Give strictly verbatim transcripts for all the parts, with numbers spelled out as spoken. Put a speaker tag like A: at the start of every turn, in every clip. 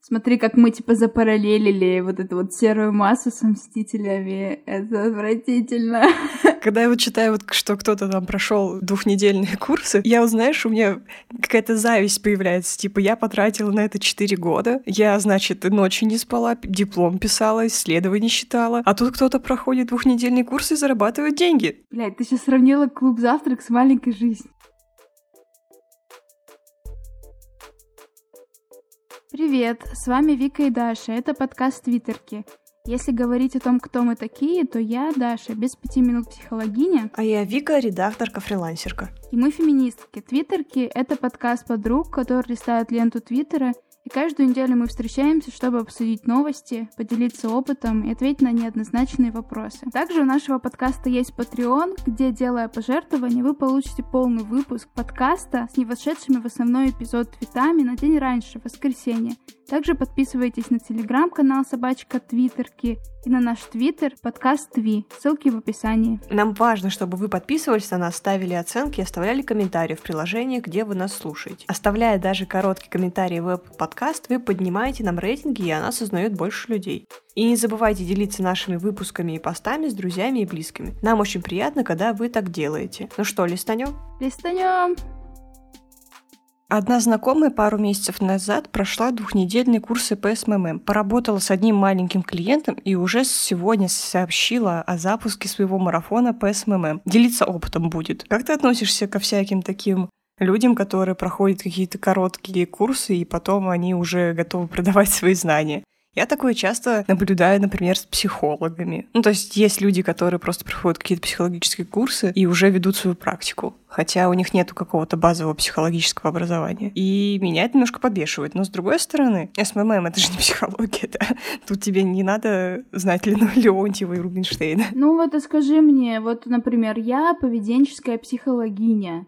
A: Смотри, как мы, типа, запараллелили вот эту вот серую массу с Мстителями. Это отвратительно.
B: Когда я вот читаю, вот, что кто-то там прошел двухнедельные курсы, я вот, знаешь, у меня какая-то зависть появляется. Типа, я потратила на это четыре года. Я, значит, ночью не спала, диплом писала, исследования читала. А тут кто-то проходит двухнедельные курсы и зарабатывает деньги.
A: Блядь, ты сейчас сравнила клуб «Завтрак» с маленькой жизнью. Привет, с вами Вика и Даша, это подкаст «Твиттерки». Если говорить о том, кто мы такие, то я, Даша, без пяти минут психологиня.
B: А я Вика, редакторка-фрилансерка.
A: И мы феминистки. «Твиттерки» — это подкаст подруг, которые листают ленту Твиттера, и каждую неделю мы встречаемся, чтобы обсудить новости, поделиться опытом и ответить на неоднозначные вопросы. Также у нашего подкаста есть Patreon, где, делая пожертвования, вы получите полный выпуск подкаста с не вошедшими в основной эпизод твитами на день раньше, в воскресенье. Также подписывайтесь на телеграм-канал «Собачка Твиттерки» и на наш твиттер подкаст Тви. Ссылки в описании.
B: Нам важно, чтобы вы подписывались на нас, ставили оценки и оставляли комментарии в приложениях, где вы нас слушаете. Оставляя даже короткий комментарий в Apple Podcast, вы поднимаете нам рейтинги, и о нас узнает больше людей. И не забывайте делиться нашими выпусками и постами с друзьями и близкими. Нам очень приятно, когда вы так делаете. Ну что, листанем?
A: Листанем!
B: Одна знакомая пару месяцев назад прошла двухнедельные курсы по эс эм эм эм, поработала с одним маленьким клиентом и уже сегодня сообщила о запуске своего марафона по эс эм эм эм. Делиться опытом будет. Как ты относишься ко всяким таким людям, которые проходят какие-то короткие курсы и потом они уже готовы продавать свои знания? Я такое часто наблюдаю, например, с психологами. Ну, то есть есть люди, которые просто проходят какие-то психологические курсы и уже ведут свою практику, хотя у них нету какого-то базового психологического образования. И меня это немножко подбешивает. Но, с другой стороны, эс эм эм эм — это же не психология, да? Тут тебе не надо знать Лену Леонтьеву и Рубинштейна.
A: Ну вот, а скажи мне, вот, например, я поведенческая психологиня.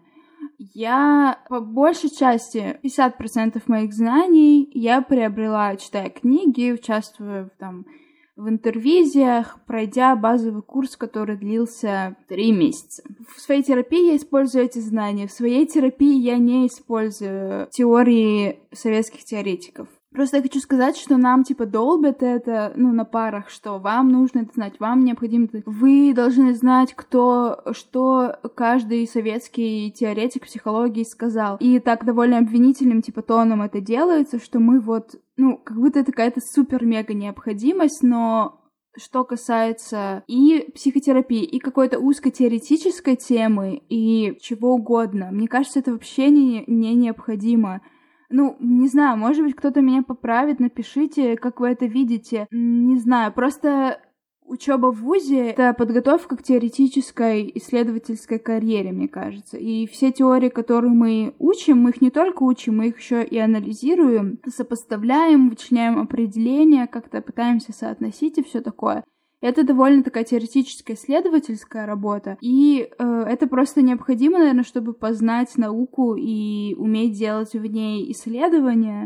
A: Я, по большей части, пятьдесят процентов моих знаний я приобрела, читая книги, участвуя там, в интервизиях, пройдя базовый курс, который длился три месяца. В своей терапии я использую эти знания, в своей терапии я не использую теории советских теоретиков. Просто я хочу сказать, что нам, типа, долбят это, ну, на парах, что вам нужно это знать, вам необходимо это... Вы должны знать, кто, что каждый советский теоретик психологии сказал. И так довольно обвинительным, типа, тоном это делается, что мы вот, ну, как будто это какая-то супер-мега необходимость, но... Что касается и психотерапии, и какой-то узкотеоретической темы, и чего угодно, мне кажется, это вообще не, не необходимо. Ну, не знаю, может быть, кто-то меня поправит, напишите, как вы это видите. Не знаю, просто учеба в вузе — это подготовка к теоретической исследовательской карьере, мне кажется. И все теории, которые мы учим, мы их не только учим, мы их еще и анализируем, сопоставляем, вычленяем определения, как-то пытаемся соотносить и все такое. Это довольно такая теоретическая исследовательская работа, и э, это просто необходимо, наверное, чтобы познать науку и уметь делать в ней исследования,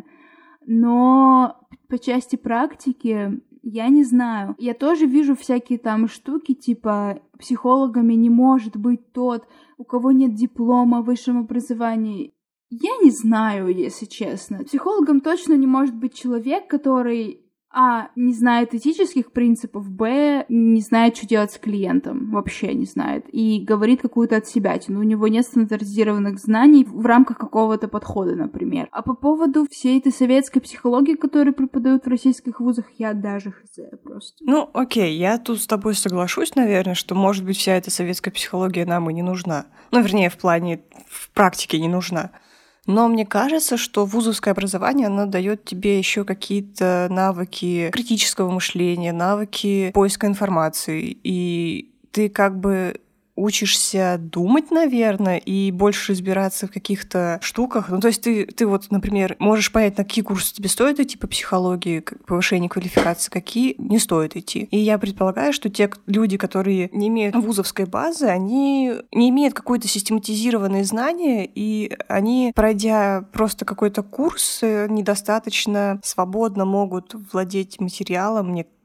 A: но по части практики я не знаю. Я тоже вижу всякие там штуки, типа психологами не может быть тот, у кого нет диплома о высшем образовании. Я не знаю, если честно. Психологом точно не может быть человек, который... А, не знает этических принципов, Б, не знает, что делать с клиентом, вообще не знает, и говорит какую-то отсебятину, у него нет стандартизированных знаний в рамках какого-то подхода, например. А по поводу всей этой советской психологии, которую преподают в российских вузах, я даже хз просто.
B: Ну, окей, я тут с тобой соглашусь, наверное, что, может быть, вся эта советская психология нам и не нужна. Ну, вернее, в плане, в практике не нужна. Но мне кажется, что вузовское образование, оно дает тебе еще какие-то навыки критического мышления, навыки поиска информации. И ты как бы учишься думать, наверное, и больше разбираться в каких-то штуках. Ну, то есть ты, ты вот, например, можешь понять, на какие курсы тебе стоит идти по психологии, повышение квалификации, какие не стоит идти. И я предполагаю, что те люди, которые не имеют вузовской базы, они не имеют какой-то систематизированные знания, и они, пройдя просто какой-то курс, недостаточно свободно могут владеть материалом, мне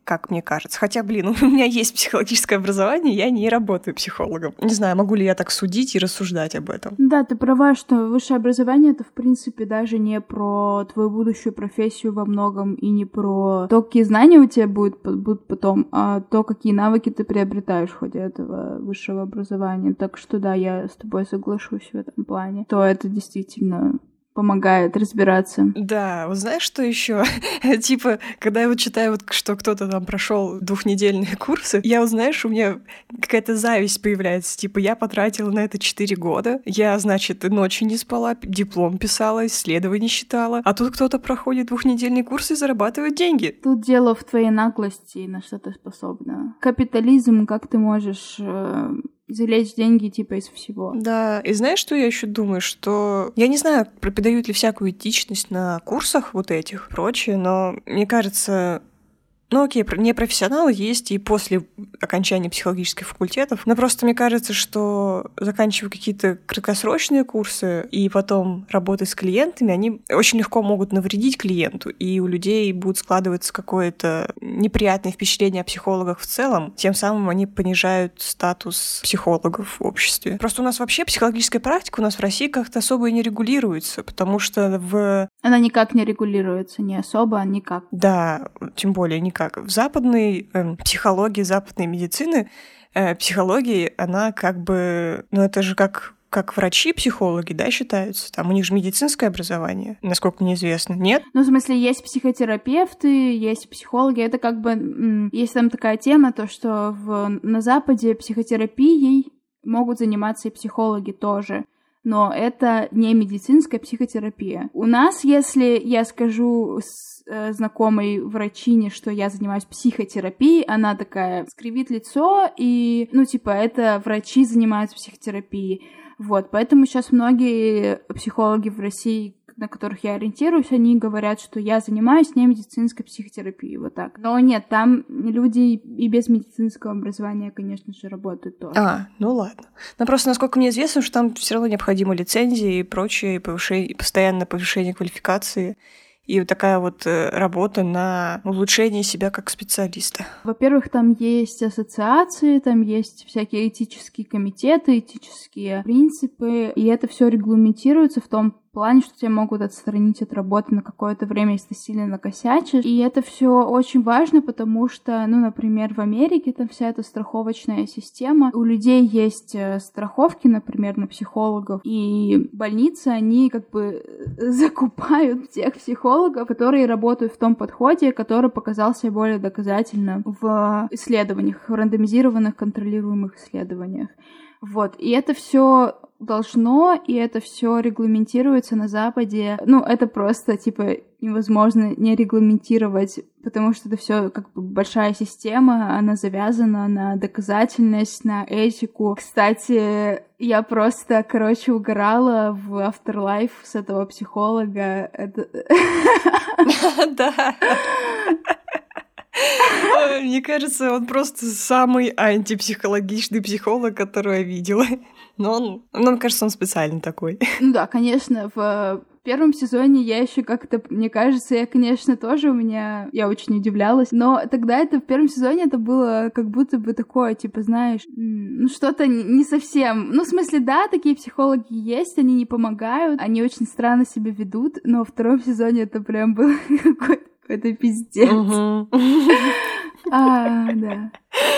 B: как мне кажется. Хотя, блин, у меня есть психологическое образование, я не работаю психологом. Не знаю, могу ли я так судить и рассуждать об этом.
A: Да, ты права, что высшее образование — это, в принципе, даже не про твою будущую профессию во многом и не про то, какие знания у тебя будут, будут потом, а то, какие навыки ты приобретаешь в ходе этого высшего образования. Так что да, я с тобой соглашусь в этом плане. То это действительно помогает разбираться.
B: Да, вот знаешь, что еще? Типа, когда я вот читаю, вот, что кто-то там прошел двухнедельные курсы, я вот, знаешь, у меня какая-то зависть появляется. Типа, я потратила на это четыре года, я, значит, ночью не спала, диплом писала, исследования читала, а тут кто-то проходит двухнедельный курс и зарабатывает деньги.
A: Тут дело в твоей наглости, на что ты способна. Капитализм, как ты можешь... Э- залечь деньги типа из всего.
B: Да, и знаешь, что я еще думаю, что... Я не знаю, преподают ли всякую этичность на курсах вот этих, прочее, но мне кажется... Ну окей, непрофессионалы есть и после окончания психологических факультетов, но просто мне кажется, что заканчивая какие-то краткосрочные курсы и потом работать с клиентами, они очень легко могут навредить клиенту, и у людей будет складываться какое-то неприятное впечатление о психологах в целом, тем самым они понижают статус психологов в обществе. Просто у нас вообще психологическая практика у нас в России как-то особо и не регулируется, потому что в...
A: Она никак не регулируется, не особо, никак.
B: Да, тем более никак. В западной э, психологии, западной медицины, э, психологии, она как бы... Ну, это же как... как врачи-психологи, да, считаются? Там у них же медицинское образование, насколько мне известно, нет?
A: Ну, в смысле, есть психотерапевты, есть психологи. Это как бы... Есть там такая тема, то, что в, на Западе психотерапией могут заниматься и психологи тоже. Но это не медицинская психотерапия. У нас, если я скажу с, э, знакомой врачине, что я занимаюсь психотерапией, она такая скривит лицо, и, ну, типа, это врачи занимаются психотерапией. Вот, поэтому сейчас многие психологи в России, на которых я ориентируюсь, они говорят, что я занимаюсь не медицинской психотерапией, вот так. Но нет, там люди и без медицинского образования, конечно же, работают тоже.
B: А, ну ладно. Но просто, насколько мне известно, что там все равно необходима лицензия и прочее, и повышение, и постоянное повышение квалификации, и вот такая вот работа на улучшение себя как специалиста.
A: Во-первых, там есть ассоциации, там есть всякие этические комитеты, этические принципы, и это все регламентируется в том плане, что тебя могут отстранить от работы на какое-то время, если ты сильно накосячишь. И это все очень важно, потому что, ну, например, в Америке там вся эта страховочная система. У людей есть страховки, например, на психологов, и больницы, они как бы закупают тех психологов, которые работают в том подходе, который показался более доказательным в исследованиях, в рандомизированных контролируемых исследованиях. Вот, и это все должно, и это все регламентируется на Западе. Ну, это просто, типа, невозможно не регламентировать, потому что это все как бы большая система, она завязана на доказательность, на этику. Кстати, я просто, короче, угорала в Afterlife с этого психолога.
B: Да. Мне кажется, он просто самый антипсихологичный психолог, который я видела. Но он, ну, мне кажется, он специально такой.
A: Ну да, конечно, в первом сезоне я еще как-то, мне кажется, я, конечно, тоже у меня, я очень удивлялась, но тогда это в первом сезоне это было как будто бы такое, типа, знаешь, ну что-то не совсем, ну в смысле, да, такие психологи есть, они не помогают, они очень странно себя ведут, но во втором сезоне это прям было какой-то это пиздец. А, да.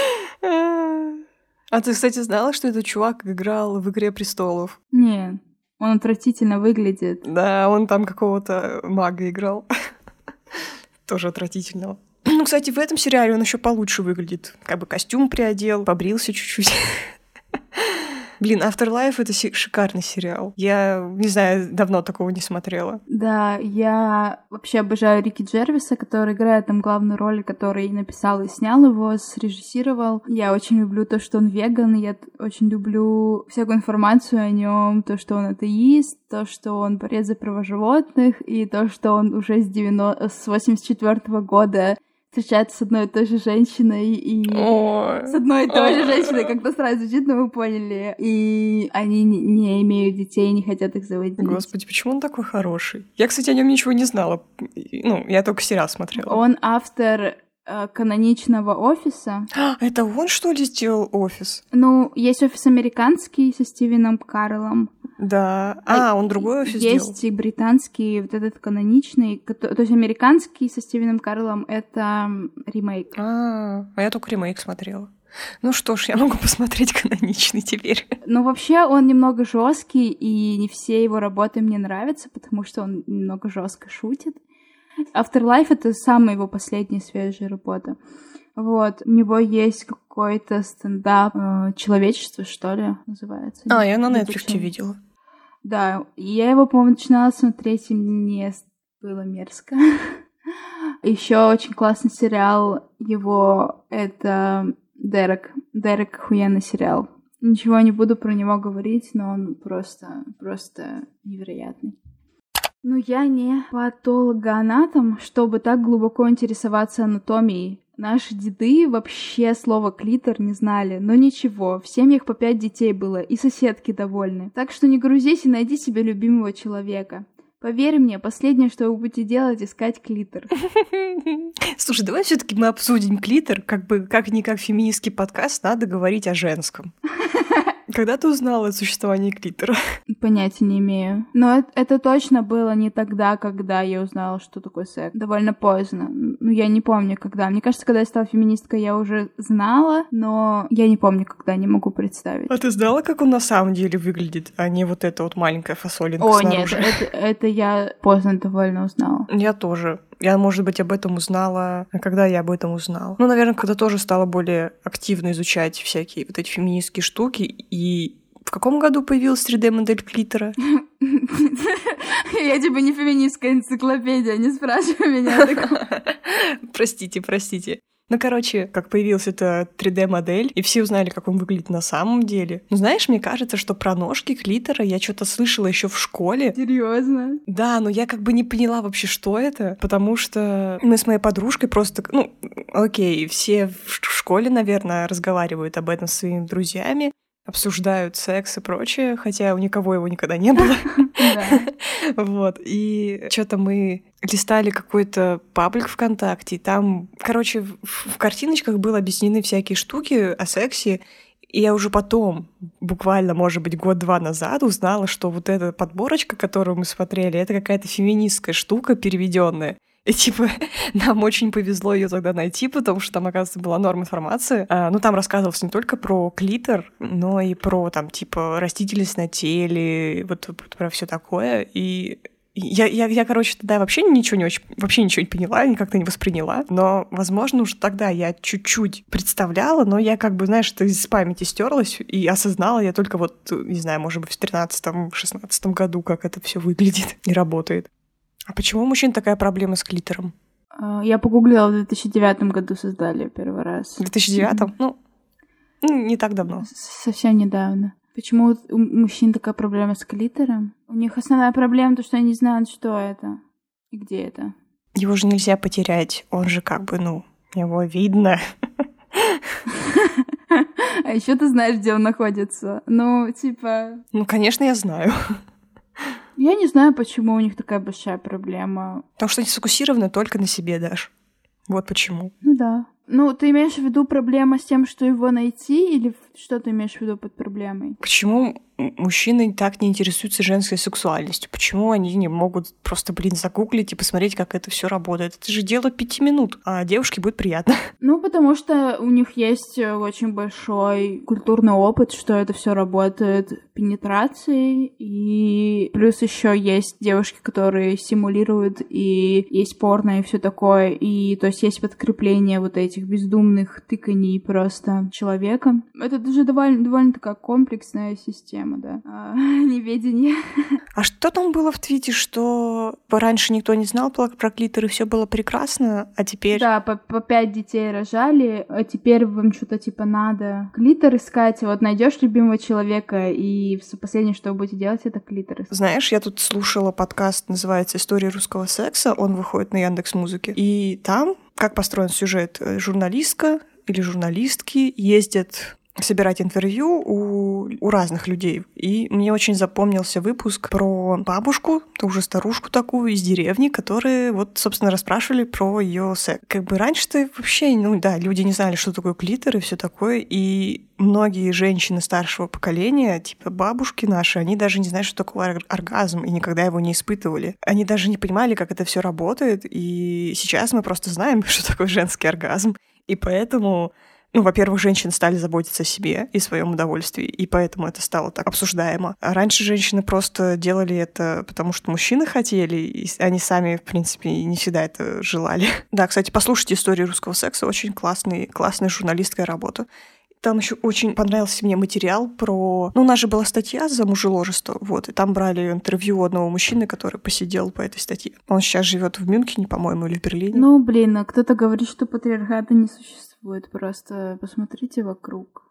B: А ты, кстати, знала, что этот чувак играл в «Игре престолов»?
A: Не, он отвратительно выглядит.
B: Да, он там какого-то мага играл. Тоже отвратительного. Ну, кстати, в этом сериале он еще получше выглядит. Как бы костюм приодел, побрился чуть-чуть. Блин, Afterlife — это шикарный сериал. Я, не знаю, давно такого не смотрела.
A: Да, я вообще обожаю Рики Джервиса, который играет там главную роль, который написал и снял его, срежиссировал. Я очень люблю то, что он веган, я очень люблю всякую информацию о нем, то, что он атеист, то, что он борец за права животных, и то, что он уже с, девяносто... с восемьдесят четвёртого года встречается с одной и той же женщиной, и
B: Ой.
A: с одной и той же женщиной, как-то сразу звучит, но вы поняли. И они не, не имеют детей, не хотят их заводить.
B: Господи, почему он такой хороший? Я, кстати, о нем ничего не знала. Ну, я только сериал смотрела.
A: Он автор э, каноничного офиса.
B: А, это он, что ли, сделал офис?
A: Ну, есть офис американский со Стивеном Кареллом.
B: Да. А, он другой офис сделал?
A: Есть и британский, вот этот каноничный. То есть американский со Стивеном Кареллом — это ремейк.
B: А, а я только ремейк смотрела. Ну что ж, я могу посмотреть каноничный теперь.
A: Ну, вообще, он немного жесткий, и не все его работы мне нравятся, потому что он немного жестко шутит. Afterlife — это самая его последняя свежая работа. Вот. У него есть какой-то стендап э, «Человечество», что ли, называется.
B: А, я на Netflix видела.
A: Да, я его, по-моему, начинала смотреть, и мне было мерзко. Еще очень классный сериал его — это Дерек. Дерек — охуенный сериал. Ничего не буду про него говорить, но он просто, просто невероятный. Ну, я не патологоанатом, чтобы так глубоко интересоваться анатомией. Наши деды вообще слово «клитор» не знали, но ничего, в семьях по пять детей было, и соседки довольны. Так что не грузись и найди себе любимого человека. Поверь мне, последнее, что вы будете делать, искать клитор.
B: Слушай, давай все-таки мы обсудим клитор, как бы как-никак феминистский подкаст, надо говорить о женском. Когда ты узнала о существовании клитора?
A: Понятия не имею. Но это, это точно было не тогда, когда я узнала, что такое секс. Довольно поздно. Ну, я не помню, когда. Мне кажется, когда я стала феминисткой, я уже знала, но я не помню, когда, не могу представить.
B: А ты знала, как он на самом деле выглядит, а не вот эта вот маленькая фасолинка
A: О,
B: снаружи?
A: нет, это, это я поздно довольно узнала.
B: Я тоже. Я, может быть, об этом узнала... А когда я об этом узнала? Ну, наверное, когда тоже стала более активно изучать всякие вот эти феминистские штуки. И в каком году появилась три дэ-модель клитора?
A: Я типа не феминистская энциклопедия, не спрашивай меня такого.
B: Простите, простите. Ну, короче, как появилась эта три дэ-модель, и все узнали, как он выглядит на самом деле. Ну, знаешь, мне кажется, что про ножки клитора я что-то слышала еще в школе.
A: Серьезно?
B: Да, но я как бы не поняла вообще, что это, потому что мы с моей подружкой просто... Ну, окей, все в школе, наверное, разговаривают об этом с своими друзьями, обсуждают секс и прочее, хотя у никого его никогда не было. Вот, и что-то мы листали какой-то паблик ВКонтакте, и там, короче, в картиночках были объяснены всякие штуки о сексе, и я уже потом, буквально, может быть, год-два назад узнала, что вот эта подборочка, которую мы смотрели, это какая-то феминистская штука переведенная. И, типа, нам очень повезло ее тогда найти, потому что там, оказывается, была норм информации. А, ну, там рассказывалось не только про клитор, но и про, там, типа, растительность на теле, вот, вот про все такое. И я, я, я, короче, тогда вообще ничего не очень, вообще ничего не поняла, никак-то не восприняла. Но, возможно, уже тогда я чуть-чуть представляла, но я, как бы, знаешь, это из памяти стерлась и осознала я только вот, не знаю, может быть, в тринадцатом-шестнадцатом году, как это все выглядит и работает. А почему у мужчин такая проблема с клитором?
A: Я погуглила, в две тысячи девятом году создали первый раз.
B: В две тысячи девятом? Mm-hmm. Ну, не так давно.
A: Совсем недавно. Почему у мужчин такая проблема с клитором? У них основная проблема то, что они не знают, что это и где это.
B: Его же нельзя потерять, он же как бы, ну, его видно.
A: А еще ты знаешь, где он находится. Ну, типа...
B: Ну, конечно, я знаю.
A: Я не знаю, почему у них такая большая проблема.
B: Потому что они сфокусированы только на себе, Даш. Вот почему.
A: Ну да. Ну, ты имеешь в виду проблема с тем, что его найти, или что ты имеешь в виду под проблемой?
B: Почему мужчины так не интересуются женской сексуальностью? Почему они не могут просто, блин, загуглить и посмотреть, как это все работает? Это же дело пяти минут, а девушке будет приятно.
A: Ну, потому что у них есть очень большой культурный опыт, что это все работает пенетрацией, и плюс еще есть девушки, которые симулируют, и есть порно и все такое, и то есть есть подкрепление вот этих бездумных тыканий просто человека. Это даже довольно, довольно такая комплексная система, да, а, неведение.
B: А что там было в твите, что раньше никто не знал про клитор, и все было прекрасно, а теперь...
A: Да, по, по пять детей рожали, а теперь вам что-то типа надо клитор искать, вот найдешь любимого человека, и последнее, что вы будете делать, это клитор искать.
B: Знаешь, я тут слушала подкаст, называется «История русского секса», он выходит на Яндекс.Музыке, и там, как построен сюжет, журналистка или журналистки ездят собирать интервью у, у разных людей. И мне очень запомнился выпуск про бабушку, ту же старушку такую из деревни, которые вот, собственно, расспрашивали про ее секс. Как бы раньше-то вообще, ну да, люди не знали, что такое клитор и все такое, и многие женщины старшего поколения, типа бабушки наши, они даже не знают, что такое оргазм, и никогда его не испытывали. Они даже не понимали, как это все работает, и сейчас мы просто знаем, что такое женский оргазм. И поэтому, ну, во-первых, женщины стали заботиться о себе и своем удовольствии, и поэтому это стало так обсуждаемо. А раньше женщины просто делали это, потому что мужчины хотели, и они сами, в принципе, не всегда это желали. Да, кстати, послушайте историю русского секса, очень классный, классная журналистская работа. Там еще очень понравился мне материал про... Ну, у нас же была статья за мужеложество, вот, и там брали интервью у одного мужчины, который посидел по этой статье. Он сейчас живет в Мюнхене, по-моему, или в Берлине.
A: Ну, блин, а кто-то говорит, что патриархата не существует. Просто посмотрите вокруг.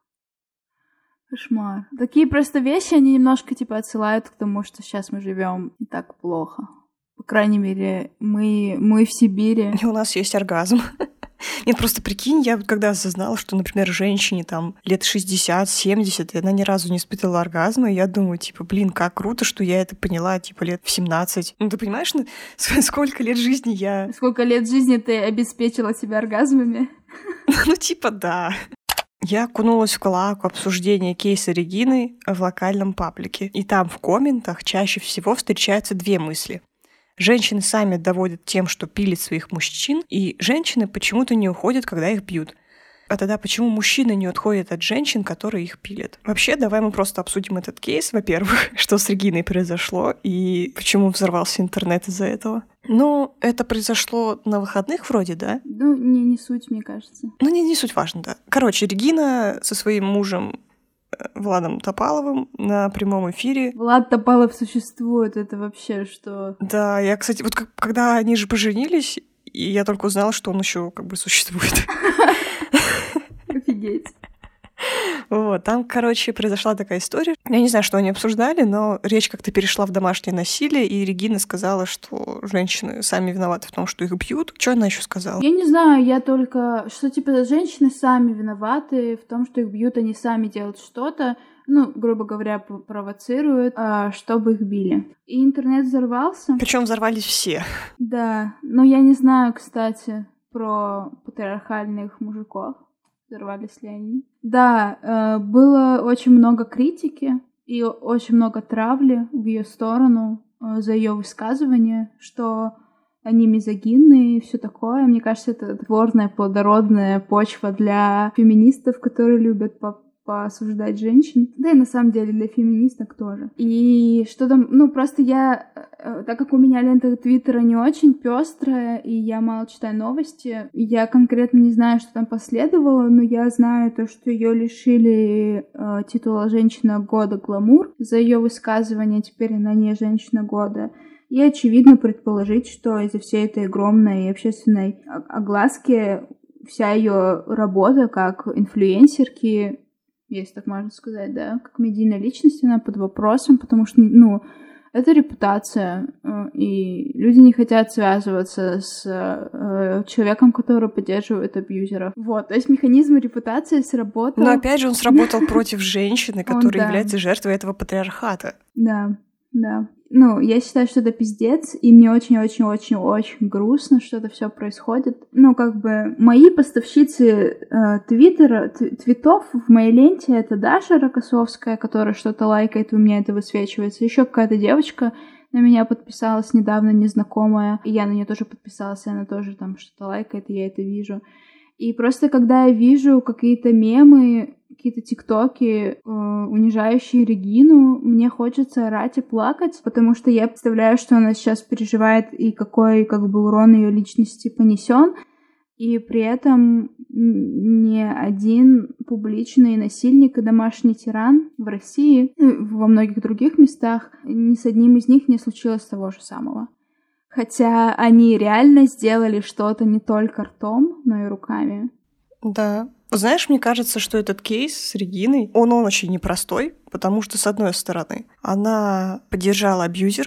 A: Кошмар. Такие просто вещи, они немножко, типа, отсылают к тому, что сейчас мы живем не так плохо. По крайней мере, мы, мы в Сибири.
B: И у нас есть оргазм. Нет, просто прикинь, я когда осознала, что, например, женщине там лет шестьдесят-семьдесят, и она ни разу не испытывала оргазма, и я думаю, типа, блин, как круто, что я это поняла, типа, лет в семнадцать. Ну, ты понимаешь, ну, сколько лет жизни я...
A: Сколько лет жизни ты обеспечила себя оргазмами?
B: Ну, типа, да. Я окунулась в клоаку обсуждения кейса Регины в локальном паблике, и там в комментах чаще всего встречаются две мысли. Женщины сами доводят тем, что пилят своих мужчин, и женщины почему-то не уходят, когда их бьют. А тогда почему мужчины не отходят от женщин, которые их пилят? Вообще, давай мы просто обсудим этот кейс, во-первых, что с Региной произошло, и почему взорвался интернет из-за этого. Ну, это произошло на выходных вроде, да?
A: Ну, не, не суть, мне кажется.
B: Ну, не, не суть важно, да. Короче, Регина со своим мужем Владом Топаловым на прямом эфире.
A: Влад Топалов существует, это вообще что?
B: Да, я, кстати, вот как, когда они же поженились, и я только узнала, что он еще как бы существует.
A: Офигеть.
B: Вот, там, короче, произошла такая история. Я не знаю, что они обсуждали, но речь как-то перешла в домашнее насилие, и Регина сказала, что женщины сами виноваты в том, что их бьют. Что она еще сказала?
A: Я не знаю, я только... Что, типа, женщины сами виноваты в том, что их бьют, они сами делают что-то, ну, грубо говоря, провоцируют, чтобы их били. И интернет взорвался.
B: Причем взорвались все.
A: Да, но я не знаю, кстати, про патриархальных мужиков. Взорвались ли они? Да, было очень много критики и очень много травли в ее сторону за ее высказывания, что они мизогинные и все такое. Мне кажется, это творная, плодородная почва для феминистов, которые любят по поосуждать женщин. Да и на самом деле для феминисток тоже. И что там, ну просто я, так как у меня лента Твиттера не очень пестрая, и я мало читаю новости, я конкретно не знаю, что там последовало, но я знаю то, что ее лишили э, титула «Женщина года гламур» за ее высказывание, теперь она не «Женщина года». И очевидно предположить, что из-за всей этой огромной общественной огласки вся ее работа как инфлюенсерки, если так можно сказать, да, как медийная личность, она под вопросом, потому что, ну, это репутация, и люди не хотят связываться с э, человеком, который поддерживает абьюзеров. Вот, то есть механизм репутации сработал.
B: Но опять же он сработал против женщины, которая является жертвой этого патриархата.
A: Да, да. Ну, я считаю, что это пиздец, и мне очень-очень-очень-очень грустно, что это все происходит. Ну, как бы, мои поставщицы э, твиттера, твитов в моей ленте — это Даша Рокоссовская, которая что-то лайкает, у меня это высвечивается. Еще какая-то девочка на меня подписалась недавно, незнакомая, и я на нее тоже подписалась, и она тоже там что-то лайкает, и я это вижу. И просто когда я вижу какие-то мемы, какие-то тиктоки, э, унижающие Регину, мне хочется орать и плакать, потому что я представляю, что она сейчас переживает и какой как бы урон ее личности понесен, и при этом ни один публичный насильник и домашний тиран в России, во многих других местах, ни с одним из них не случилось того же самого. Хотя они реально сделали что-то не только ртом, но и руками.
B: Да. Знаешь, мне кажется, что этот кейс с Региной, он, он очень непростой, потому что, с одной стороны, она поддержала абьюзеров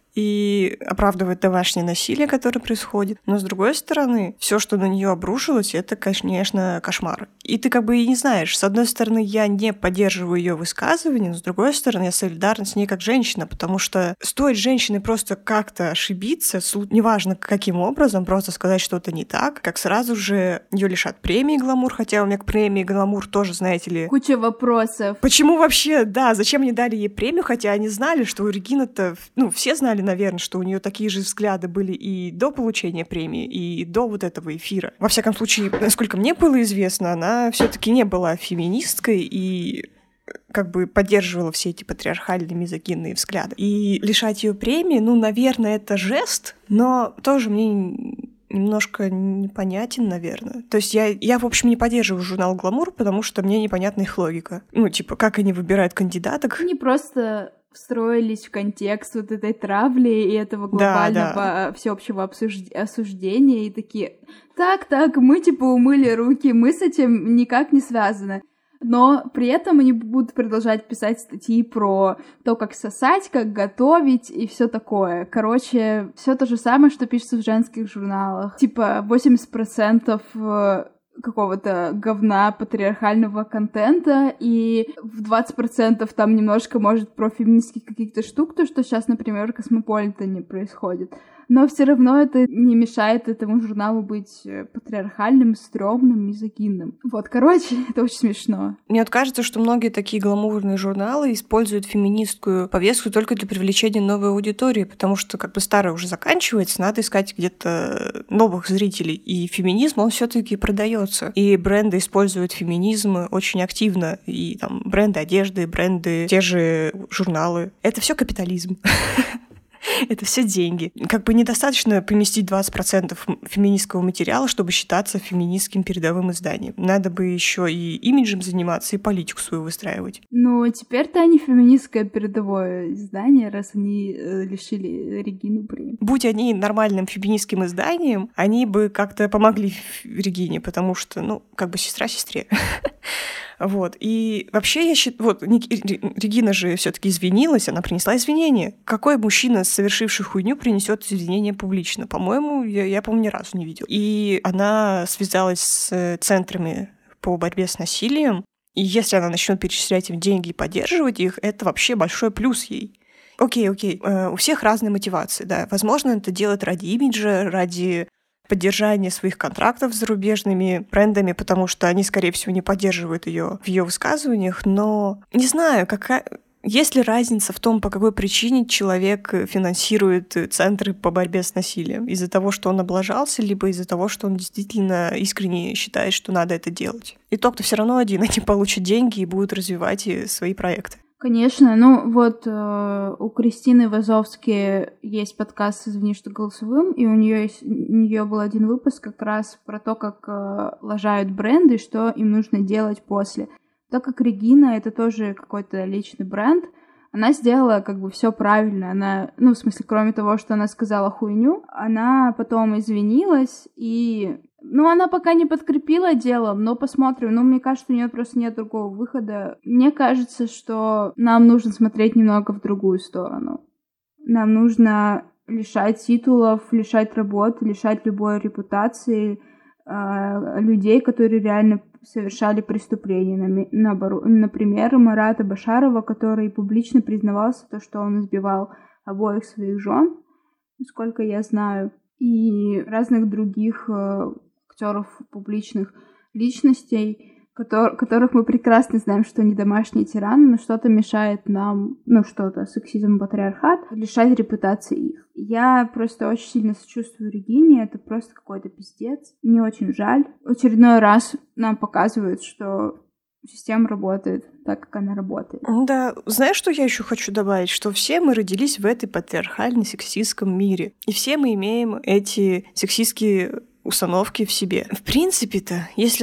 B: и оправдывает домашнее насилие, которое происходит. Но, с другой стороны, все, что на нее обрушилось, это, конечно, кошмар. И ты как бы и не знаешь. С одной стороны, я не поддерживаю ее высказывания, но, с другой стороны, я солидарна с ней как женщина, потому что стоит женщине просто как-то ошибиться, неважно каким образом, просто сказать что-то не так, как сразу же ее лишат премии «Гламур», хотя у меня к премии «Гламур» тоже, знаете ли...
A: Куча вопросов.
B: Почему вообще, да, зачем они дали ей премию, хотя они знали, что у Регины-то, ну, все знали, наверное, что у нее такие же взгляды были и до получения премии, и до вот этого эфира. Во всяком случае, насколько мне было известно, она все-таки не была феминисткой и как бы поддерживала все эти патриархальные мизогинные взгляды. И лишать ее премии, ну, наверное, это жест, но тоже мне немножко непонятен, наверное. То есть я, я, в общем, не поддерживаю журнал «Гламур», потому что мне непонятна их логика. Ну, типа, как они выбирают кандидаток.
A: Они просто встроились в контекст вот этой травли и этого глобального да, да. всеобщего обсужд... осуждения, и такие, так-так, мы, типа, умыли руки, мы с этим никак не связаны. Но при этом они будут продолжать писать статьи про то, как сосать, как готовить и все такое. Короче, все то же самое, что пишется в женских журналах. Типа восемьдесят процентов какого-то говна патриархального контента, и в двадцать процентов там немножко, может, про феминистских каких-то штук, то, что сейчас, например, в «Космополитене» происходит. Но все равно это не мешает этому журналу быть патриархальным, стрёмным, мизогинным. Вот, короче, это очень смешно.
B: Мне вот кажется, что многие такие гламурные журналы используют феминистскую повестку только для привлечения новой аудитории, потому что как бы старая уже заканчивается, надо искать где-то новых зрителей. И феминизм, он все-таки продается. И бренды используют феминизм очень активно. И там бренды одежды, бренды, те же журналы. Это все капитализм. Это все деньги. Как бы недостаточно поместить двадцать процентов феминистского материала, чтобы считаться феминистским передовым изданием. Надо бы еще и имиджем заниматься, и политику свою выстраивать.
A: Ну, теперь-то они феминистское передовое издание, раз они э, лишили Регину премии.
B: Будь они нормальным феминистским изданием, они бы как-то помогли Регине, потому что, ну, как бы сестра сестре. Вот. И вообще я считаю... Вот, Регина же все-таки извинилась, она принесла извинения. Какой мужчина, совершивший хуйню, принесет извинения публично? По-моему, я, я по-моему, ни разу не видела. И она связалась с центрами по борьбе с насилием. И если она начнет перечислять им деньги и поддерживать их, это вообще большой плюс ей. Окей, окей, у всех разные мотивации, да. Возможно, это делать ради имиджа, ради поддержания своих контрактов с зарубежными брендами, потому что они, скорее всего, не поддерживают ее в ее высказываниях, но не знаю, какая... Есть ли разница в том, по какой причине человек финансирует центры по борьбе с насилием? Из-за того, что он облажался, либо из-за того, что он действительно искренне считает, что надо это делать? Итог-то все равно один. Они получат деньги и будут развивать свои проекты.
A: Конечно, ну вот э, у Кристины Вазовски есть подкаст «Извини, что голосовым», и у нее есть, у нее был один выпуск как раз про то, как э, лажают бренды, что им нужно делать после. Так как Регина — это тоже какой-то личный бренд, она сделала как бы все правильно. Она, ну, в смысле, кроме того, что она сказала хуйню, она потом извинилась и... Ну, она пока не подкрепила делом, но посмотрим. Ну, мне кажется, у нее просто нет другого выхода. Мне кажется, что нам нужно смотреть немного в другую сторону. Нам нужно лишать титулов, лишать работы, лишать любой репутации э, людей, которые реально совершали преступления. Например, Марата Башарова, который публично признавался, то, что он избивал обоих своих жен, насколько я знаю, и разных других э, актеров, публичных личностей, котор- которых мы прекрасно знаем, что они домашние тираны, но что-то мешает нам, ну что-то, сексизм, патриархат, лишать репутации их. Я просто очень сильно сочувствую Регине, это просто какой-то пиздец. Мне очень жаль. В очередной раз нам показывают, что система работает так, как она работает.
B: Да, знаешь, что я еще хочу добавить? Что все мы родились в этой патриархально-сексистском мире. И все мы имеем эти сексистские установки в себе. В принципе-то, если она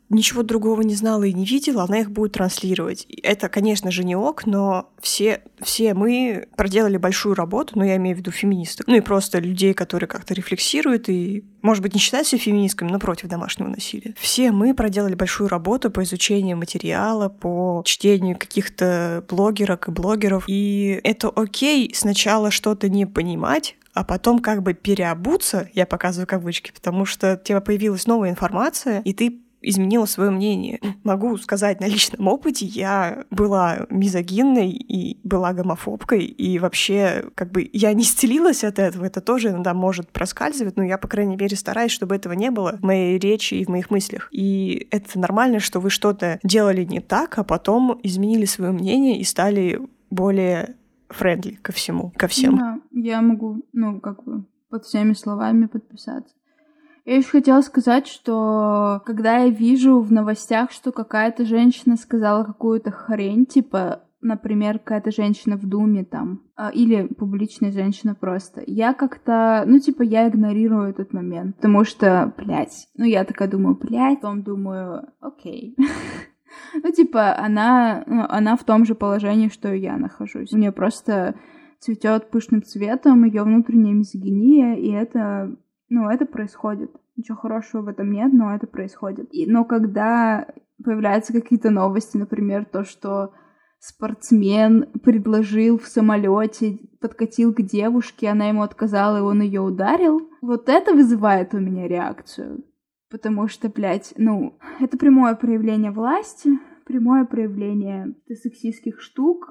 B: ничего другого не знала и не видела, она их будет транслировать. Это, конечно же, не ок, но все, все мы проделали большую работу, ну, я имею в виду феминисток, ну и просто людей, которые как-то рефлексируют и, может быть, не считают себя феминистками, но против домашнего насилия. Все мы проделали большую работу по изучению материала, по чтению каких-то блогерок и блогеров, и это окей сначала что-то не понимать, а потом как бы переобуться, я показываю кавычки, потому что у тебя появилась новая информация, и ты изменила свое мнение. Могу сказать на личном опыте, я была мизогинной и была гомофобкой, и вообще как бы я не исцелилась от этого, это тоже иногда может проскальзывать, но я, по крайней мере, стараюсь, чтобы этого не было в моей речи и в моих мыслях. И это нормально, что вы что-то делали не так, а потом изменили свое мнение и стали более френдли ко всему, ко всем.
A: Да, я могу, ну, как бы под всеми словами подписаться. Я еще хотела сказать, что когда я вижу в новостях, что какая-то женщина сказала какую-то хрень, типа, например, какая-то женщина в Думе там, или публичная женщина просто, я как-то, ну, типа, я игнорирую этот момент, потому что, блядь, ну, я такая думаю, блядь, потом думаю, окей. Ну, типа, она, она в том же положении, что и я нахожусь. У нее просто цветет пышным цветом ее внутренняя мизогиния, и это, ну, это происходит. Ничего хорошего в этом нет, но это происходит. И, но когда появляются какие-то новости, например, то, что спортсмен предложил в самолете, подкатил к девушке, она ему отказала, и он ее ударил, вот это вызывает у меня реакцию. Потому что, блядь, ну, это прямое проявление власти, прямое проявление сексистских штук,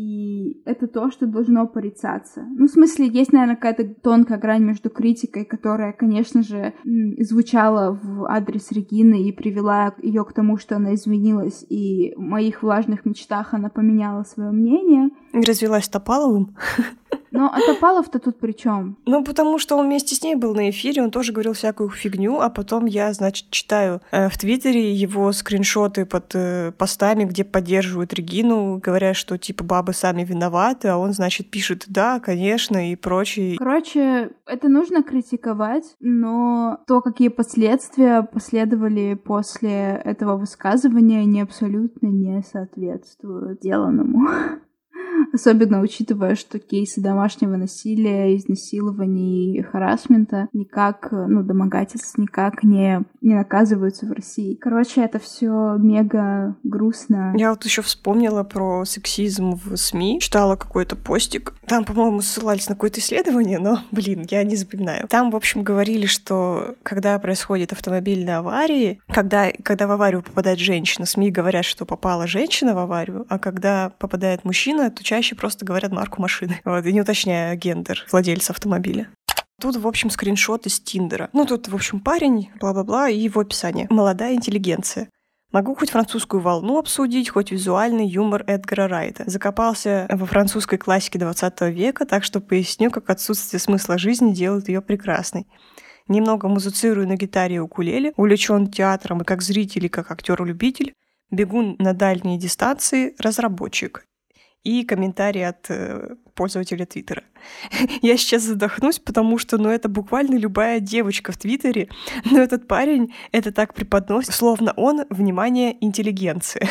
A: и это то, что должно порицаться. Ну, в смысле, есть, наверное, какая-то тонкая грань между критикой, которая, конечно же, звучала в адрес Регины и привела ее к тому, что она изменилась, и в моих влажных мечтах она поменяла свое мнение.
B: И развелась с Топаловым.
A: Но а Топалов-то тут при чем?
B: Ну, потому что он вместе с ней был на эфире, он тоже говорил всякую фигню, а потом я, значит, читаю э, в Твиттере его скриншоты под э, постами, где поддерживают Регину, говоря, что, типа, бабы сами виноваты, а он, значит, пишет «да, конечно» и прочее.
A: Короче, это нужно критиковать, но то, какие последствия последовали после этого высказывания, они абсолютно не соответствуют деланному. Особенно учитывая, что кейсы домашнего насилия, изнасилований и харассмента никак, ну, домогательств никак не, не наказываются в России. Короче, это все мега грустно.
B: Я вот еще вспомнила про сексизм в СМИ, читала какой-то постик. Там, по-моему, ссылались на какое-то исследование, но, блин, я не запоминаю. Там, в общем, говорили, что когда происходит автомобильная авария, когда, когда в аварию попадает женщина, СМИ говорят, что попала женщина в аварию, а когда попадает мужчина, то чаще просто говорят марку машины, вот, и не уточняя гендер владельца автомобиля. Тут, в общем, скриншот из Тиндера. Ну, тут, в общем, парень, бла-бла-бла, и его описание. Молодая интеллигенция. Могу хоть французскую волну обсудить, хоть визуальный юмор Эдгара Райта. Закопался во французской классике двадцатого века, так что поясню, как отсутствие смысла жизни делает ее прекрасной. Немного музицирую на гитаре и укулеле, увлечен театром и как зритель, и как актер-любитель. Бегу на дальние дистанции, разработчик. И комментарий от э, пользователя Твиттера. Я сейчас задохнусь, потому что, ну, это буквально любая девочка в Твиттере, но этот парень это так преподносит, словно он, внимание, интеллигенция.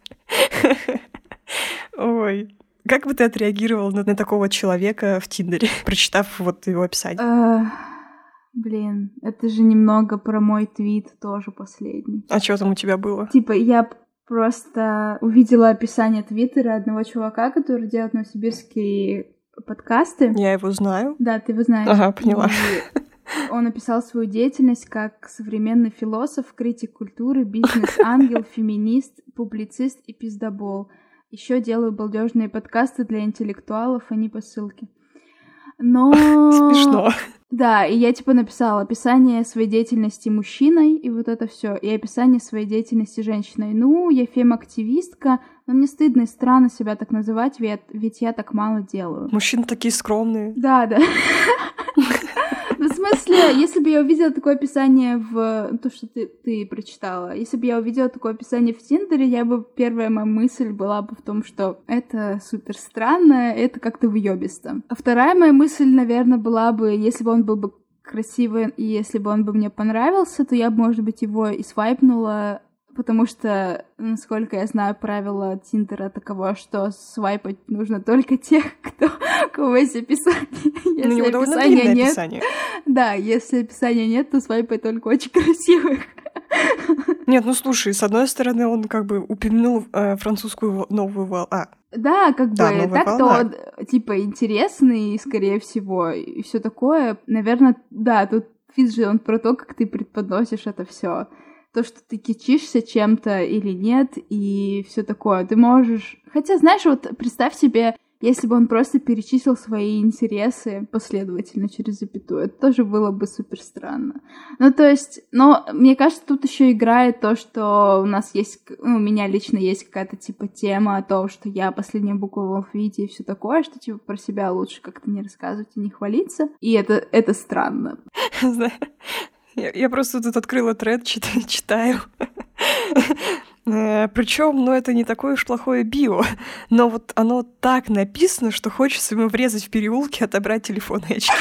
B: Ой, как бы ты отреагировал на, на такого человека в Тиндере, прочитав вот его описание?
A: Блин, это же немного про мой твит тоже последний.
B: А что там у тебя было?
A: Типа, я просто увидела описание Твиттера одного чувака, который делает новосибирские подкасты.
B: Я его знаю.
A: Да, ты его знаешь.
B: Ага, поняла.
A: И он описал свою деятельность как современный философ, критик культуры, бизнес-ангел, феминист, публицист и пиздобол. Еще делаю балдежные подкасты для интеллектуалов, а не посылки. Но...
B: Смешно.
A: Да, и я типа написала описание своей деятельности мужчиной, и вот это все, и описание своей деятельности женщиной. Ну, я фем-активистка, но мне стыдно и странно себя так называть, ведь, ведь я так мало делаю.
B: Мужчины такие скромные.
A: Да, да. Ну, в смысле, если бы я увидела такое описание в... То, что ты, ты прочитала. Если бы я увидела такое описание в Тиндере, я бы... Первая моя мысль была бы в том, что это супер странно, это как-то въёбисто. А вторая моя мысль, наверное, была бы, если бы он был бы красивый, и если бы он бы мне понравился, то я бы, может быть, его и свайпнула потому что, насколько я знаю, правило Тиндера таково, что свайпать нужно только тех, кто, у кого есть описание. Если
B: У него довольно
A: описания
B: длинное
A: нет,
B: описание.
A: да, если описания нет, то свайпай только очень красивых.
B: Нет, ну слушай, с одной стороны, он как бы упомянул э, французскую новую волну. А,
A: Да, как
B: Да,
A: бы,
B: новая
A: так-то
B: волна.
A: он, типа, интересный, скорее всего, и все такое. Наверное, да, тут физ же он про то, как ты преподносишь это все. То, что ты кичишься чем-то или нет, и все такое. Ты можешь... Хотя, знаешь, вот представь себе, если бы он просто перечислил свои интересы последовательно через запятую, это тоже было бы супер странно. Ну, то есть, но мне кажется, тут еще играет то, что у нас есть, ну, у меня лично есть какая-то типа тема о том, что я последняя буква в алфавите и все такое, что типа про себя лучше как-то не рассказывать и не хвалиться. И это, это странно.
B: Я, я просто тут открыла тред, читаю. читаю. Причем, ну, это не такое уж плохое био, но вот оно так написано, что хочется ему врезать в переулке, отобрать телефон и очки.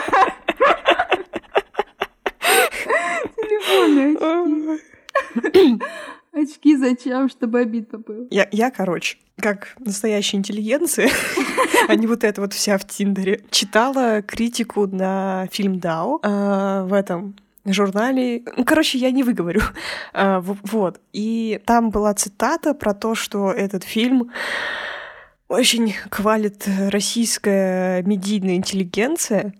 A: Телефон и очки. Очки зачем? Чтобы обидно было.
B: Я, я, короче, как настоящая интеллигенция, а не вот это вот вся в Тиндере, читала критику на фильм «Дао» э, в этом журнале. Ну, короче, я не выговорю. А, вот. И там была цитата про то, что этот фильм очень хвалит российская медийная интеллигенция.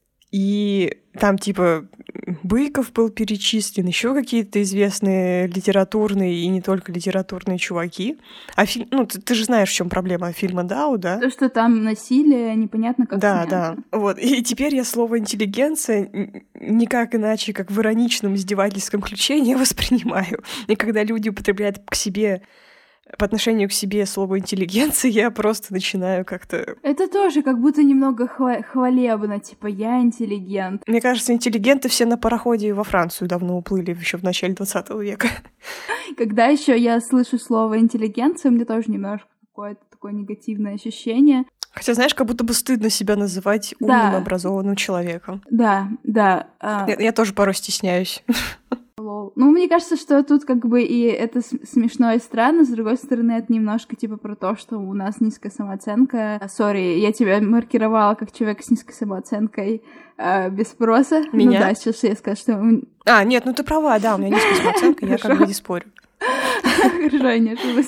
B: И там, типа, Быков был перечислен, еще какие-то известные литературные и не только литературные чуваки. А фильм, ну, ты, ты же знаешь, в чем проблема фильма «Дау», да?
A: То, что там насилие, непонятно как
B: Да,
A: снято.
B: да. Вот. И теперь я слово «интеллигенция» никак иначе, как в ироничном издевательском ключе не воспринимаю. И когда люди употребляют к себе по отношению к себе слово «интеллигенция», я просто начинаю как-то...
A: Это тоже как будто немного хва- хвалебно, типа «я интеллигент».
B: Мне кажется, интеллигенты все на пароходе во Францию давно уплыли, еще в начале двадцатого века.
A: Когда еще я слышу слово «интеллигенция», у меня тоже немножко какое-то такое негативное ощущение.
B: Хотя, знаешь, как будто бы стыдно себя называть умным,
A: Да.
B: образованным человеком.
A: Да, да. а,
B: Я, я тоже порой стесняюсь.
A: лол. Ну, мне кажется, что тут как бы и это с- смешно и странно, с другой стороны, это немножко типа про то, что у нас низкая самооценка. А, Сори, я тебя маркировала как человек с низкой самооценкой а, без спроса.
B: Меня?
A: Ну да, сейчас я скажу, что... м,
B: А, нет, ну ты права, да, у меня низкая самооценка, я как бы не спорю.
A: Хорошо, я не ошиблась.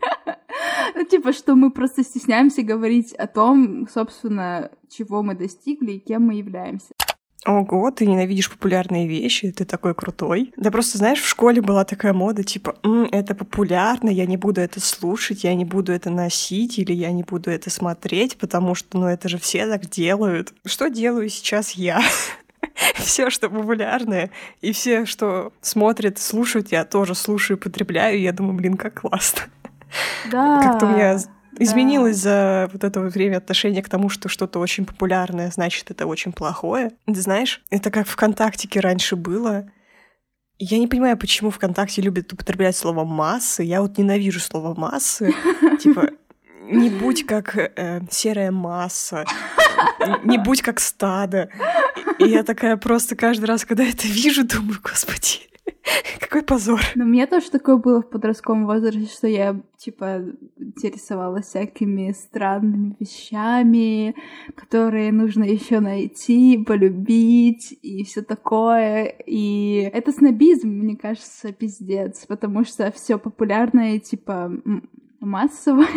A: Ну, типа, что мы просто стесняемся говорить о том, собственно, чего мы достигли и кем мы являемся.
B: Ого, ты ненавидишь популярные вещи, ты такой крутой. Да просто, знаешь, в школе была такая мода, типа, «М, это популярно, я не буду это слушать, я не буду это носить, или я не буду это смотреть, потому что, ну, это же все так делают». Что делаю сейчас я? Все, что популярное, и все, что смотрят, слушают, я тоже слушаю, потребляю, и я думаю, блин, как классно.
A: Да.
B: Как-то у меня
A: да.
B: изменилось за вот это время отношение к тому, что что-то очень популярное, значит, это очень плохое. Ты знаешь, это как ВКонтактике раньше было. Я не понимаю, почему ВКонтакте любят употреблять слово «массы». Я вот ненавижу слово «массы». Типа, не будь как э, серая масса, не будь как стадо. И я такая просто каждый раз, когда это вижу, думаю, господи, какой позор.
A: Но у меня тоже такое было в подростковом возрасте, что я, типа, интересовалась всякими странными вещами, которые нужно еще найти, полюбить и все такое. И это снобизм, мне кажется, пиздец, потому что все популярное, типа, м- массовое,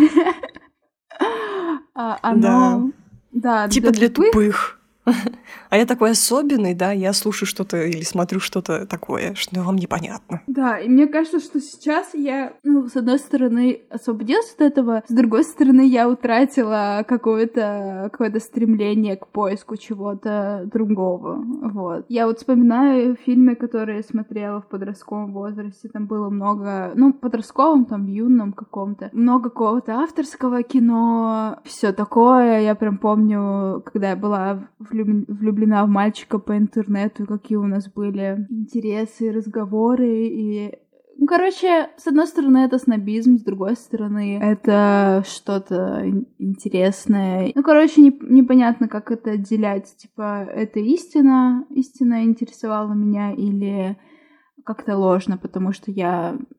A: а оно... Да,
B: Типа для
A: тупых.
B: тупых. А я такой особенный, да, я слушаю что-то или смотрю что-то такое, что вам непонятно.
A: Да, и мне кажется, что сейчас я, ну, с одной стороны, освободилась от этого, с другой стороны, я утратила какое-то, какое-то стремление к поиску чего-то другого, вот. Я вот вспоминаю фильмы, которые смотрела в подростковом возрасте, там было много, ну, в подростковом, там, в юном каком-то, много какого-то авторского кино, все такое, я прям помню, когда я была в влюблена в мальчика по интернету, какие у нас были интересы, разговоры и... Ну, короче, с одной стороны, это снобизм, с другой стороны, это что-то интересное. Ну, короче, не, непонятно, как это отделять. Типа, это истина, истина интересовала меня или как-то ложно, потому что я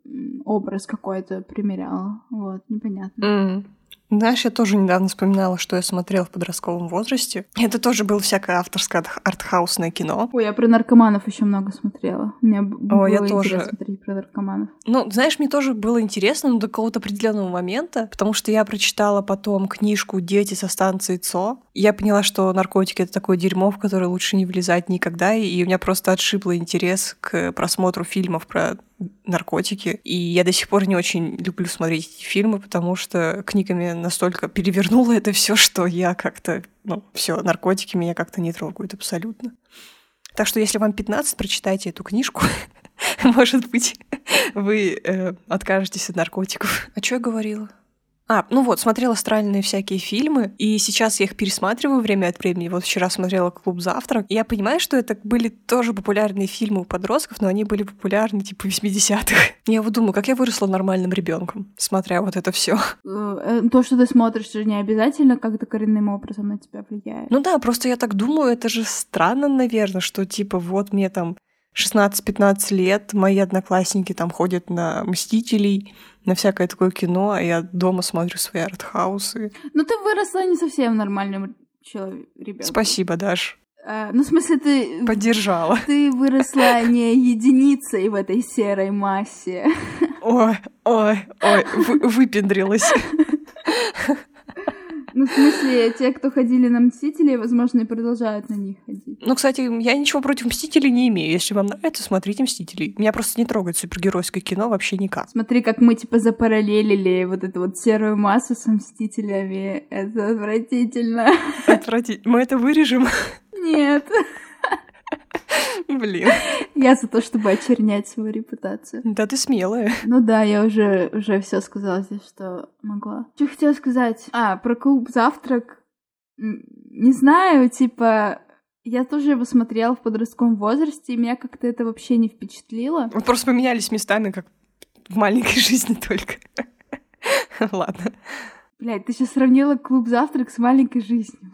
A: образ какой-то примеряла. Вот, непонятно.
B: Mm. Знаешь, я тоже недавно вспоминала, что я смотрела в подростковом возрасте. Это тоже было всякое авторское артхаусное кино.
A: Ой, я про наркоманов еще много смотрела. Мне было
B: О, я
A: интересно
B: тоже.
A: смотреть про наркоманов.
B: Ну, знаешь, мне тоже было интересно, но до какого-то определенного момента, потому что я прочитала потом книжку «Дети со станции ЦО». И я поняла, что наркотики — это такое дерьмо, в которое лучше не влезать никогда, и у меня просто отшибло интерес к просмотру фильмов про наркотики. И я до сих пор не очень люблю смотреть эти фильмы, потому что книгами настолько перевернуло это все, что я как-то, ну, все, наркотики меня как-то не трогают абсолютно. Так что если вам пятнадцать, прочитайте эту книжку. Может быть, вы э, откажетесь от наркотиков. А что я говорила? А, ну вот, смотрела странные всякие фильмы, и сейчас я их пересматриваю время от времени. Вот вчера смотрела «Клуб завтрак», и я понимаю, что это были тоже популярные фильмы у подростков, но они были популярны типа в восьмидесятых. Я вот думаю, как я выросла нормальным ребенком, смотря вот это все.
A: То, что ты смотришь, же не обязательно как-то коренным образом на тебя влияет.
B: Ну да, просто я так думаю, это же странно, наверное, что типа вот мне там шестнадцать-пятнадцать лет, мои одноклассники там ходят на «Мстителей», на всякое такое кино, а я дома смотрю свои артхаусы.
A: Ну ты выросла не совсем нормальным человеком, ребенком.
B: Спасибо, Даш.
A: А, ну, в смысле, ты...
B: Поддержала.
A: Ты выросла не единицей в этой серой массе.
B: Ой, ой, ой, вы, выпендрилась.
A: Ну, в смысле, те, кто ходили на «Мстителей», возможно, и продолжают на них ходить.
B: Ну, кстати, я ничего против «Мстителей» не имею. Если вам нравится, смотрите «Мстителей». Меня просто не трогает супергеройское кино вообще никак.
A: Смотри, как мы, типа, запараллелили вот эту вот серую массу со «Мстителями». Это отвратительно.
B: Отвратительно. Мы это вырежем?
A: Нет.
B: Блин.
A: Я за то, чтобы очернять свою репутацию.
B: Да ты смелая.
A: Ну да, я уже, уже все сказала здесь, что могла. Что хотела сказать? А, про «Клуб завтрак». Не знаю, типа... Я тоже его смотрела в подростковом возрасте, и меня как-то это вообще не впечатлило.
B: Мы просто поменялись местами, как в маленькой жизни только. Ладно.
A: Блядь, ты сейчас сравнила «Клуб завтрак» с маленькой жизнью.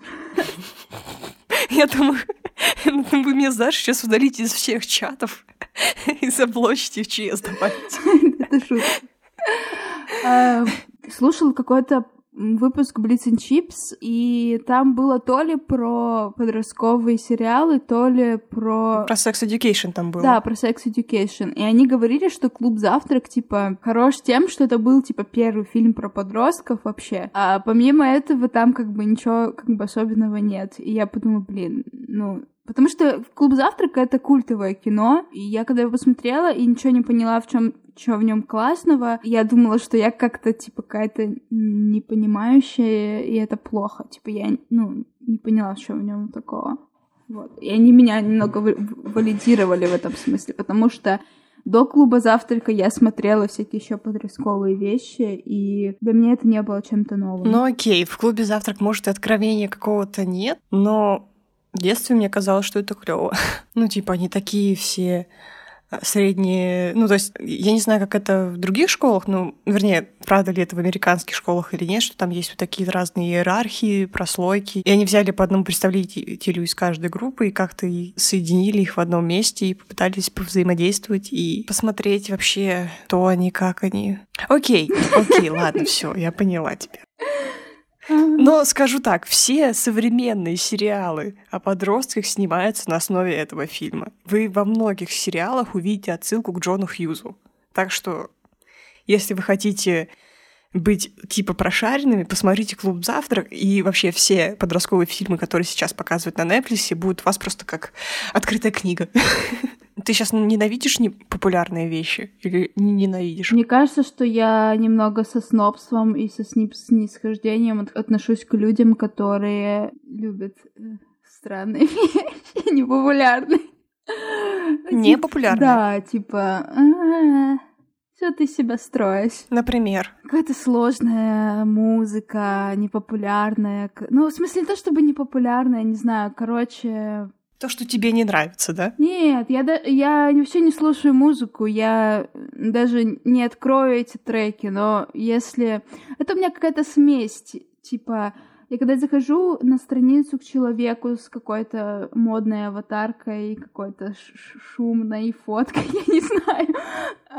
B: Я думаю, вы меня, знаешь, сейчас удалите из всех чатов и заблочите в ЧС добавите.
A: Это шутка. Слушала какой-то выпуск Blitz and Chips, и там было то ли про подростковые сериалы, то ли про...
B: Про Sex Education там было.
A: Да, про Sex Education. И они говорили, что «Клуб завтрак», типа, хорош тем, что это был, типа, первый фильм про подростков вообще. А помимо этого там, как бы, ничего, как бы, особенного нет. И я подумала, блин, ну... Потому что «Клуб завтрака» — это культовое кино, и я когда его посмотрела и ничего не поняла, в чем что в нем классного, я думала, что я как-то, типа, какая-то непонимающая, и это плохо. Типа, я, ну, не поняла, что в нем такого. Вот. И они меня немного валидировали в этом смысле, потому что до «Клуба завтрака» я смотрела всякие еще подростковые вещи, и для меня это не было чем-то новым.
B: Ну окей, в «Клубе завтрак», может, и откровения какого-то нет, но... В детстве мне казалось, что это клево. Ну, типа, они такие все средние... Ну, то есть, я не знаю, как это в других школах, ну, вернее, правда ли это в американских школах или нет, что там есть вот такие разные иерархии, прослойки. И они взяли по одному представителю из каждой группы и как-то соединили их в одном месте и попытались повзаимодействовать и посмотреть вообще, кто они, как они. Окей, окей, ладно, все, я поняла тебя. Но скажу так, все современные сериалы о подростках снимаются на основе этого фильма. Вы во многих сериалах увидите отсылку к Джону Хьюзу. Так что, если вы хотите быть типа прошаренными, посмотрите «Клуб завтрак», и вообще все подростковые фильмы, которые сейчас показывают на Netflix, будут у вас просто как открытая книга. Ты сейчас ненавидишь популярные вещи или не ненавидишь?
A: Мне кажется, что я немного со снобством и со снисхождением отношусь к людям, которые любят странные вещи, непопулярные.
B: Непопулярные?
A: Да, типа... Что ты себя строишь?
B: Например?
A: Какая-то сложная музыка, непопулярная. Ну, в смысле, не то чтобы непопулярная, не знаю, короче...
B: То, что тебе не нравится, да?
A: Нет, я, да, я вообще не слушаю музыку, я даже не открою эти треки, но если... Это у меня какая-то смесь, типа... Я когда захожу на страницу к человеку с какой-то модной аватаркой, какой-то шумной фоткой, я не знаю,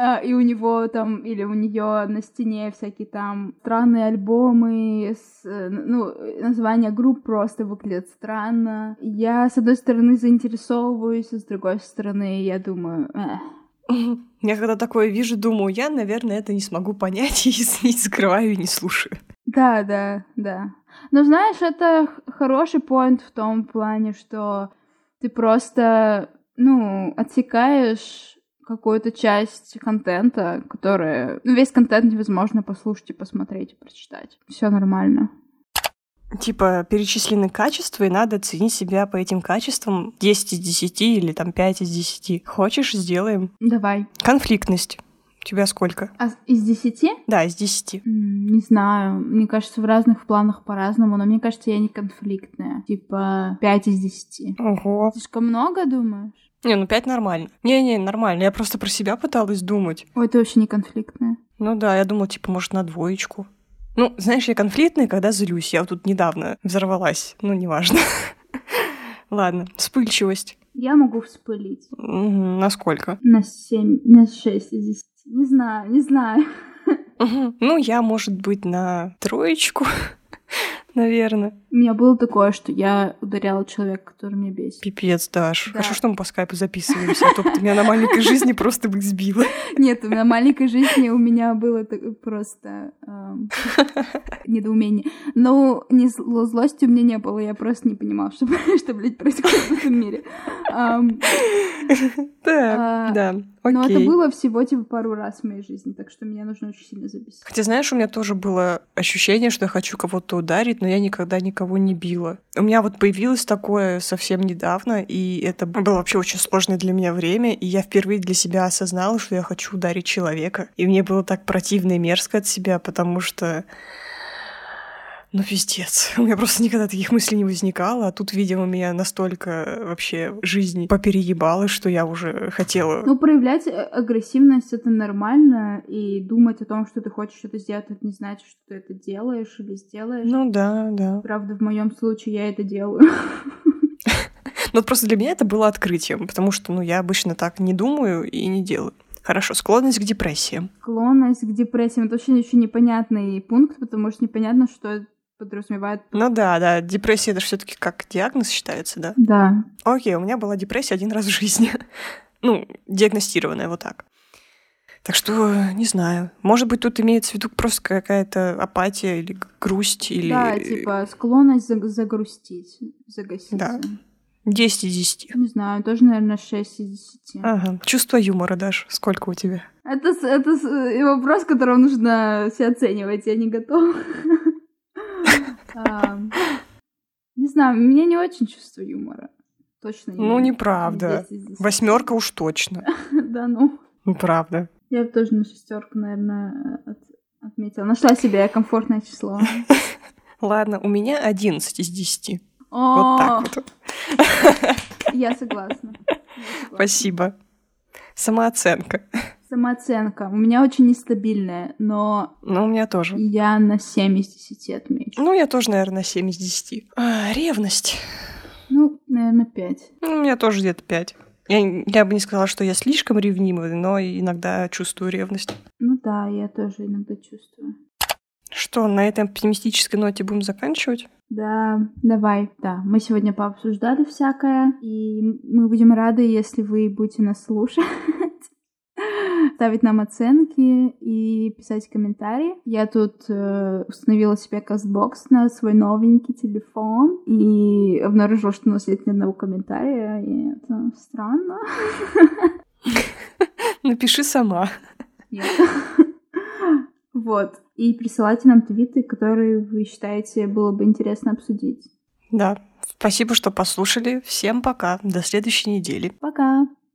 A: А, и у него там, или у нее на стене всякие там странные альбомы, с, ну, названия групп просто выглядят странно. Я, с одной стороны, заинтересовываюсь, а с другой стороны, я думаю, эх.
B: Я когда такое вижу, думаю, я, наверное, это не смогу понять, и не закрываю и не слушаю.
A: Да, да, да. Но знаешь, это хороший поинт в том плане, что ты просто, ну, отсекаешь какую-то часть контента, которая... Ну, весь контент невозможно послушать и посмотреть, и прочитать. Все нормально.
B: Типа, перечислены качества, и надо оценить себя по этим качествам десять из десяти или там пять из десяти. Хочешь, сделаем?
A: Давай.
B: Конфликтность. У тебя сколько?
A: А из десяти?
B: Да, из десяти.
A: М, Не знаю. Мне кажется, в разных планах по-разному, но мне кажется, я не конфликтная. Типа пять из десяти.
B: Ого.
A: Слишком много, думаешь?
B: Не, ну пять нормально. Не-не, нормально. Я просто про себя пыталась думать.
A: Ой, ты вообще не конфликтная.
B: Ну да, я думала, типа, может, на двоечку. Ну, знаешь, я конфликтная, когда злюсь. Я вот тут недавно взорвалась. Ну, неважно. Ладно, вспыльчивость.
A: Я могу вспылить.
B: Мгм, насколько?
A: На семь, на шесть из десяти. Не знаю, не знаю.
B: Мгм. Ну, я, может быть, на троечку, наверное.
A: У меня было такое, что я ударяла человека, который меня бесит.
B: Пипец, Даш.
A: Да.
B: Хорошо, что мы по скайпу записываемся, а то бы ты меня на маленькой жизни просто бы сбила.
A: Нет, на маленькой жизни у меня было так- просто эм, недоумение. Но не зло- злости у меня не было, я просто не понимала, что, что блядь, происходит в этом мире. Эм,
B: Да,
A: А,
B: да,
A: Но это
B: окей.
A: было всего типа пару раз в моей жизни, так что меня нужно очень сильно забесить.
B: Хотя, знаешь, у меня тоже было ощущение, что я хочу кого-то ударить, но я никогда никого не била. У меня вот появилось такое совсем недавно, и это было вообще очень сложное для меня время, и я впервые для себя осознала, что я хочу ударить человека. И мне было так противно и мерзко от себя, потому что... Ну, пиздец. У меня просто никогда таких мыслей не возникало, а тут, видимо, меня настолько вообще жизнь попереебала, что я уже хотела...
A: Ну, проявлять э, агрессивность — это нормально, и думать о том, что ты хочешь что-то сделать, это не значит, что ты это делаешь или сделаешь.
B: Ну да, да.
A: Правда, в моем случае я это делаю.
B: Но просто для меня это было открытием, потому что, ну, я обычно так не думаю и не делаю. Хорошо, склонность к депрессиям.
A: Склонность к депрессиям — это вообще очень непонятный пункт, потому что непонятно, что подразумевает...
B: Ну да, да, депрессия — это же все таки как диагноз считается, да?
A: Да.
B: Окей, у меня была депрессия один раз в жизни. Ну, диагностированная вот так. Так что, не знаю. Может быть, тут имеется в виду просто какая-то апатия или грусть, или...
A: Да, типа склонность заг- загрустить, загасить.
B: Да. десять из десяти.
A: Не знаю, тоже, наверное, шесть из десяти.
B: Ага. Чувство юмора, Даш, сколько у тебя?
A: Это, с- это с- вопрос, которого нужно все оценивать, я не готова. А, Не знаю, у меня не очень чувство юмора. Точно не.
B: Ну, неправда.
A: десять из десяти.
B: Восьмерка уж точно.
A: Да ну.
B: Ну, правда.
A: Я бы тоже на шестерку, наверное, от- отметила. Нашла себе комфортное число.
B: Ладно, у меня одиннадцать из десяти.
A: О,
B: Вот так вот.
A: Я согласна. Я согласна.
B: Спасибо. Самооценка.
A: Самооценка. У меня очень нестабильная, но
B: Ну, у меня тоже.
A: я на семь из десяти отмечу.
B: Ну, я тоже, наверное, семь из десяти. А, ревность.
A: Ну, наверное, пять.
B: Ну, у меня тоже где-то пять. Я, я бы не сказала, что я слишком ревнивая, но иногда чувствую ревность.
A: Ну да, я тоже иногда чувствую.
B: Что, на этой оптимистической ноте будем заканчивать?
A: Да, давай. Да, мы сегодня пообсуждали всякое, и мы будем рады, если вы будете нас слушать, ставить нам оценки и писать комментарии. Я тут э, установила себе Castbox на свой новенький телефон и обнаружила, что у нас нет ни одного комментария, и это странно.
B: Напиши сама.
A: Нет. Вот. И присылайте нам твиты, которые вы считаете было бы интересно обсудить.
B: Да. Спасибо, что послушали. Всем пока. До следующей недели.
A: Пока!